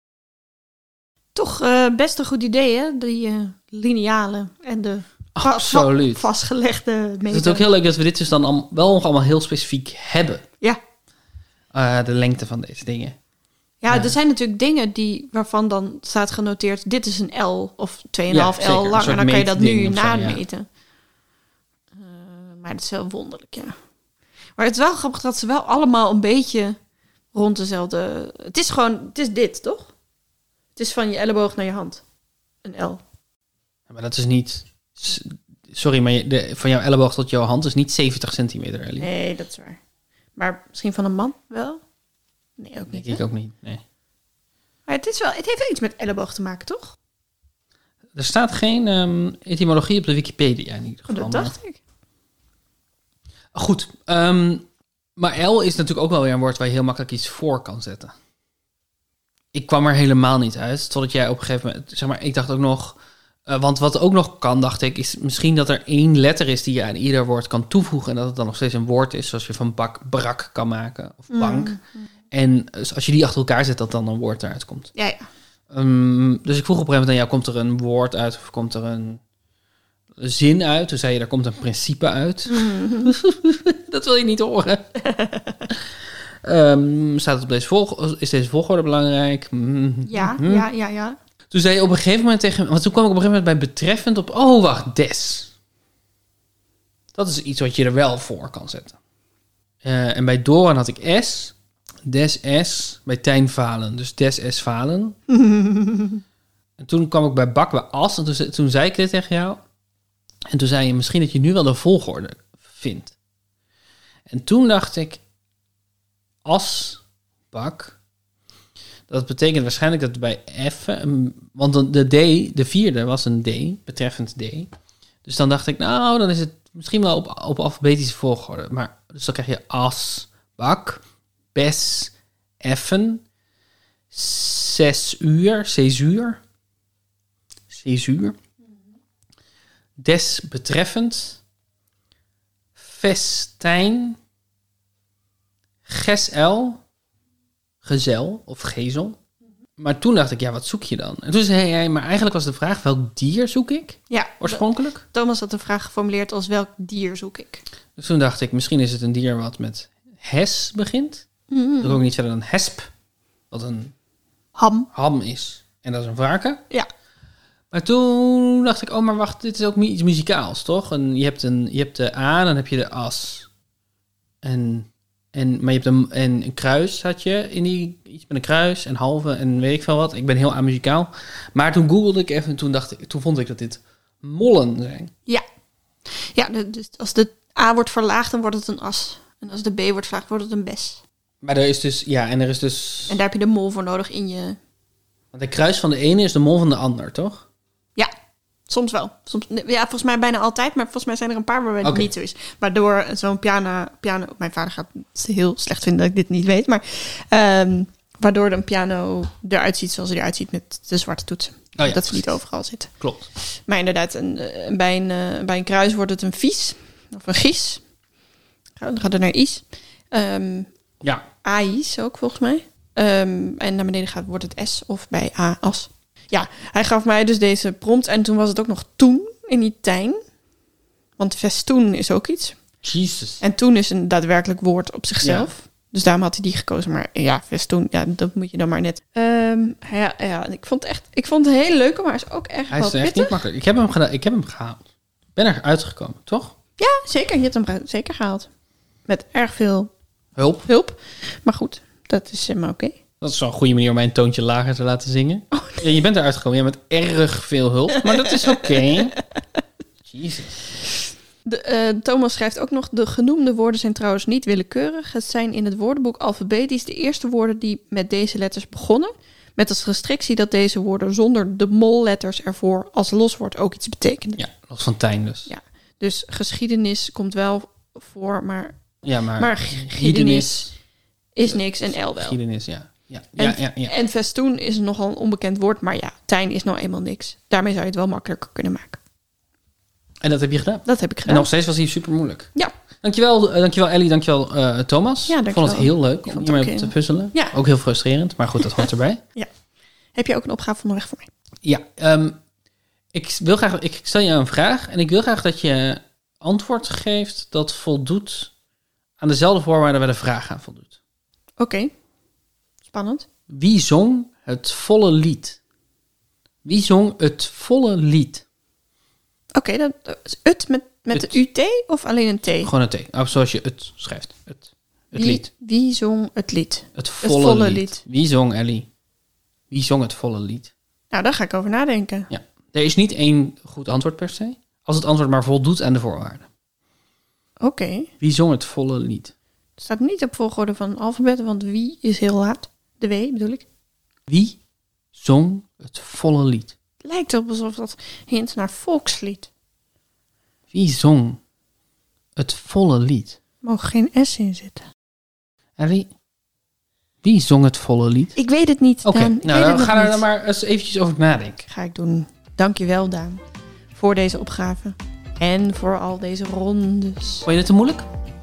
Toch uh, best een goed idee, hè? Die uh, linealen en de va- Absoluut. va- vastgelegde meters. Het is ook heel leuk dat we dit dus dan al, wel nog allemaal heel specifiek hebben. Ja. Uh, de lengte van deze dingen. Ja, Ja. er zijn natuurlijk dingen die, waarvan dan staat genoteerd, dit is een L of twee komma vijf Ja, zeker. L Een lang. soort En dan kan je dat nu meetding of zo, ja. nameten. Uh, maar dat is wel wonderlijk, ja. Maar het is wel grappig dat ze wel allemaal een beetje rond dezelfde... Het is gewoon, het is dit, toch? Het is van je elleboog naar je hand. Een L. Ja, maar dat is niet... Sorry, maar je- de, van jouw elleboog tot jouw hand is niet zeventig centimeter, Ellie. Nee, dat is waar. Maar misschien van een man wel? Nee, ook niet. Denk hè? ik ook niet, nee. Maar het, is wel, het heeft wel iets met elleboog te maken, toch? Er staat geen um, etymologie op de Wikipedia in ieder Oh, geval. dat maar- dacht ik. Goed, um, maar L is natuurlijk ook wel weer een woord waar je heel makkelijk iets voor kan zetten. Ik kwam er helemaal niet uit, totdat jij op een gegeven moment... Zeg maar, ik dacht ook nog... Uh, want wat ook nog kan, dacht ik, is misschien dat er één letter is die je aan ieder woord kan toevoegen. En dat het dan nog steeds een woord is, zoals je van bak brak kan maken. Of bank. Mm. En dus als je die achter elkaar zet, dat dan een woord eruit komt. Ja, ja. Um, dus ik vroeg op een gegeven moment aan jou, komt er een woord uit of komt er een zin uit? Toen zei je, daar komt een principe uit. Mm. Dat wil je niet horen. um, staat het op deze volgorde? Is deze volgorde belangrijk? Mm, Ja, mm. ja, ja, ja. Toen zei je op een gegeven moment tegen me... Want toen kwam ik op een gegeven moment bij betreffend op... Oh, wacht, des. Dat is iets wat je er wel voor kan zetten. Uh, en bij Doran had ik S. Des S. Bij Tijn Valen. Dus des S Valen. En toen kwam ik bij Bak bij As. En toen, ze- toen zei ik dit tegen jou. En toen zei je misschien dat je nu wel de volgorde vindt. En toen dacht ik... As, Bak... Dat betekent waarschijnlijk dat bij effen... Want de de D, de vierde was een D, betreffend D. Dus dan dacht ik, nou, dan is het misschien wel op, op alfabetische volgorde. Maar, dus dan krijg je as, bak, bes, effen, zes uur, zes uur, zes uur. Des betreffend, festijn, gesel... gezel of gezel. Maar toen dacht ik, ja, wat zoek je dan? En toen zei hij, maar eigenlijk was de vraag, welk dier zoek ik Ja, oorspronkelijk? Thomas had de vraag geformuleerd als welk dier zoek ik? Dus toen dacht ik, misschien is het een dier wat met hes begint. Dat is ook niet verder dan hesp, wat een Ham. ham is. En dat is een varken. Ja. Maar toen dacht ik, oh, maar wacht, dit is ook iets muzikaals, toch? En je hebt, een, je hebt de A, dan heb je de as. En, en, maar je hebt een, en een kruis had je in die... Iets met een kruis en halve en weet ik veel wat. Ik ben heel amuzikaal. Maar toen googelde ik even en toen, dacht ik, toen vond ik dat dit mollen zijn. Ja. Ja, de, dus als de A wordt verlaagd, dan wordt het een as. En als de B wordt verlaagd, wordt het een bes. Maar er is dus... Ja, en er is dus... En daar heb je de mol voor nodig in je... Want de kruis van de ene is de mol van de ander, toch? Ja, soms wel. Soms, ja, volgens mij bijna altijd. Maar volgens mij zijn er een paar waarbij het Okay. niet zo is. Waardoor zo'n piano... piano mijn vader gaat het heel slecht vinden dat ik dit niet weet. Maar um, waardoor een piano eruit ziet zoals hij eruit ziet met de zwarte toetsen. Oh ja, dat ze niet overal zitten. Klopt. Maar inderdaad, een, een, bij, een, uh, bij een kruis wordt het een vies. Of een gies. Dan gaat het naar is. Um, Ja. A-is ook volgens mij. Um, en naar beneden gaat wordt het S of bij A as. Ja, hij gaf mij dus deze prompt. En toen was het ook nog toen in die tijn. Want festoen is ook iets. Jesus. En toen is een daadwerkelijk woord op zichzelf. Ja. Dus daarom had hij die gekozen. Maar ja, festoen, ja, dat moet je dan maar net. Um, ja, ja, ik vond het echt, ik vond het een hele leuke, maar hij is ook echt Hij wel is echt pittig. niet makkelijk. Ik heb hem gedaan. Ik heb hem gehaald. Ik ben er uitgekomen, toch? Ja, zeker. Je hebt hem ge- zeker gehaald. Met erg veel Hulp. hulp. Maar goed, dat is helemaal oké. Okay. Dat is wel een goede manier om mij een toontje lager te laten zingen. Oh, nee. Ja, je bent eruit gekomen. Ja, met erg veel hulp. Maar dat is oké. Okay. Jezus. De, uh, Thomas schrijft ook nog... De genoemde woorden zijn trouwens niet willekeurig. Het zijn in het woordenboek alfabetisch de eerste woorden die met deze letters begonnen. Met als restrictie dat deze woorden zonder de molletters ervoor als loswoord ook iets betekenen. Ja, los van Tijn dus. Ja, dus geschiedenis komt wel voor, maar, Ja, maar, maar geschiedenis is niks en L wel. Geschiedenis, ja. Ja, En, ja, ja, ja. en festoen is nogal een onbekend woord, maar ja, Tijn is nou eenmaal niks. Daarmee zou je het wel makkelijker kunnen maken. En dat heb je gedaan. Dat heb ik gedaan. En nog steeds was hij super moeilijk. Ja. Dankjewel, uh, dankjewel Ellie, dankjewel uh, Thomas. Ja, ik vond het heel leuk ik om hiermee ook, te puzzelen. Ja. Ook heel frustrerend, maar goed, dat hoort erbij. Ja. Heb je ook een opgave onderweg voor mij? Ja, um, ik wil graag, ik stel je een vraag en ik wil graag dat je antwoord geeft dat voldoet aan dezelfde voorwaarden waar de vraag aan voldoet. Oké. Okay. Spannend. Wie zong het volle lied? Wie zong het volle lied? Oké, okay, dat is het met, met het. de U T of alleen een T? Gewoon een T, oh, zoals je het schrijft. Het, het wie, lied. Wie zong het lied? Het volle, het volle lied. lied. Wie zong Ellie? Wie zong het volle lied? Nou, daar ga ik over nadenken. Ja, er is niet één goed antwoord per se. Als het antwoord maar voldoet aan de voorwaarden. Oké. Okay. Wie zong het volle lied? Het staat niet op volgorde van alfabetten, want wie is heel laat. De W bedoel ik. Wie zong het volle lied? Het lijkt erop alsof dat hint naar volkslied. Wie zong het volle lied? Er mogen geen S in zitten. Ellie, wie zong het volle lied? Ik weet het niet, Oké, Daan. okay, nou dan ga er dan maar eens eventjes over nadenken. Ga ik doen. Dankjewel, Daan, voor deze opgave. En voor al deze rondes. Vond je het te moeilijk?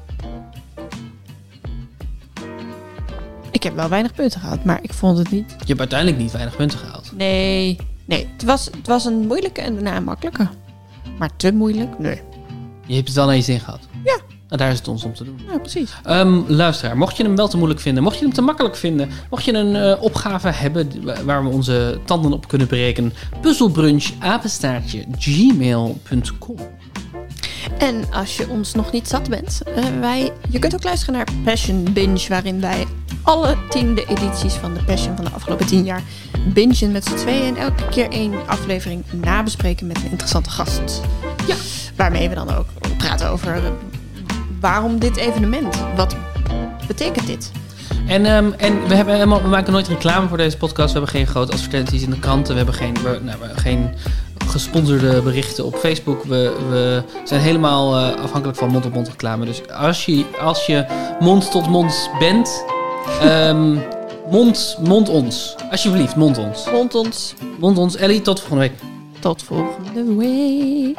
Ik heb wel weinig punten gehaald, maar ik vond het niet. Je hebt uiteindelijk niet weinig punten gehaald. Nee, nee. Het was, het was een moeilijke en daarna een makkelijke. Maar te moeilijk? Nee. Je hebt het wel naar je zin gehad? Ja. Nou, daar is het ons om te doen. Ja, precies. Um, luisteraar, mocht je hem wel te moeilijk vinden, mocht je hem te makkelijk vinden, mocht je een uh, opgave hebben waar we onze tanden op kunnen breken, puzzelbrunch, apenstaartje, gmail punt com. En als je ons nog niet zat bent, uh, wij, je kunt ook luisteren naar Passion Binge, waarin wij alle tiende edities van de Passion van de afgelopen tien jaar bingen met z'n tweeën en elke keer één aflevering nabespreken met een interessante gast. Ja. Waarmee we dan ook praten over uh, waarom dit evenement? Wat betekent dit? En, um, en we, hebben helemaal, we maken nooit reclame voor deze podcast. We hebben geen grote advertenties in de kranten. We hebben geen, we, nou, we, geen gesponsorde berichten op Facebook. We, we zijn helemaal uh, afhankelijk van mond-op-mond reclame. Dus als je, als je mond-tot-mond bent, um, mond, mond ons. Alsjeblieft, mond ons. Mond ons. Mond ons. Ellie, tot volgende week. Tot volgende week.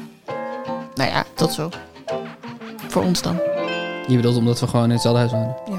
Nou ja, tot zo. Voor ons dan. Je bedoelt omdat we gewoon in hetzelfde huis wonen? Ja.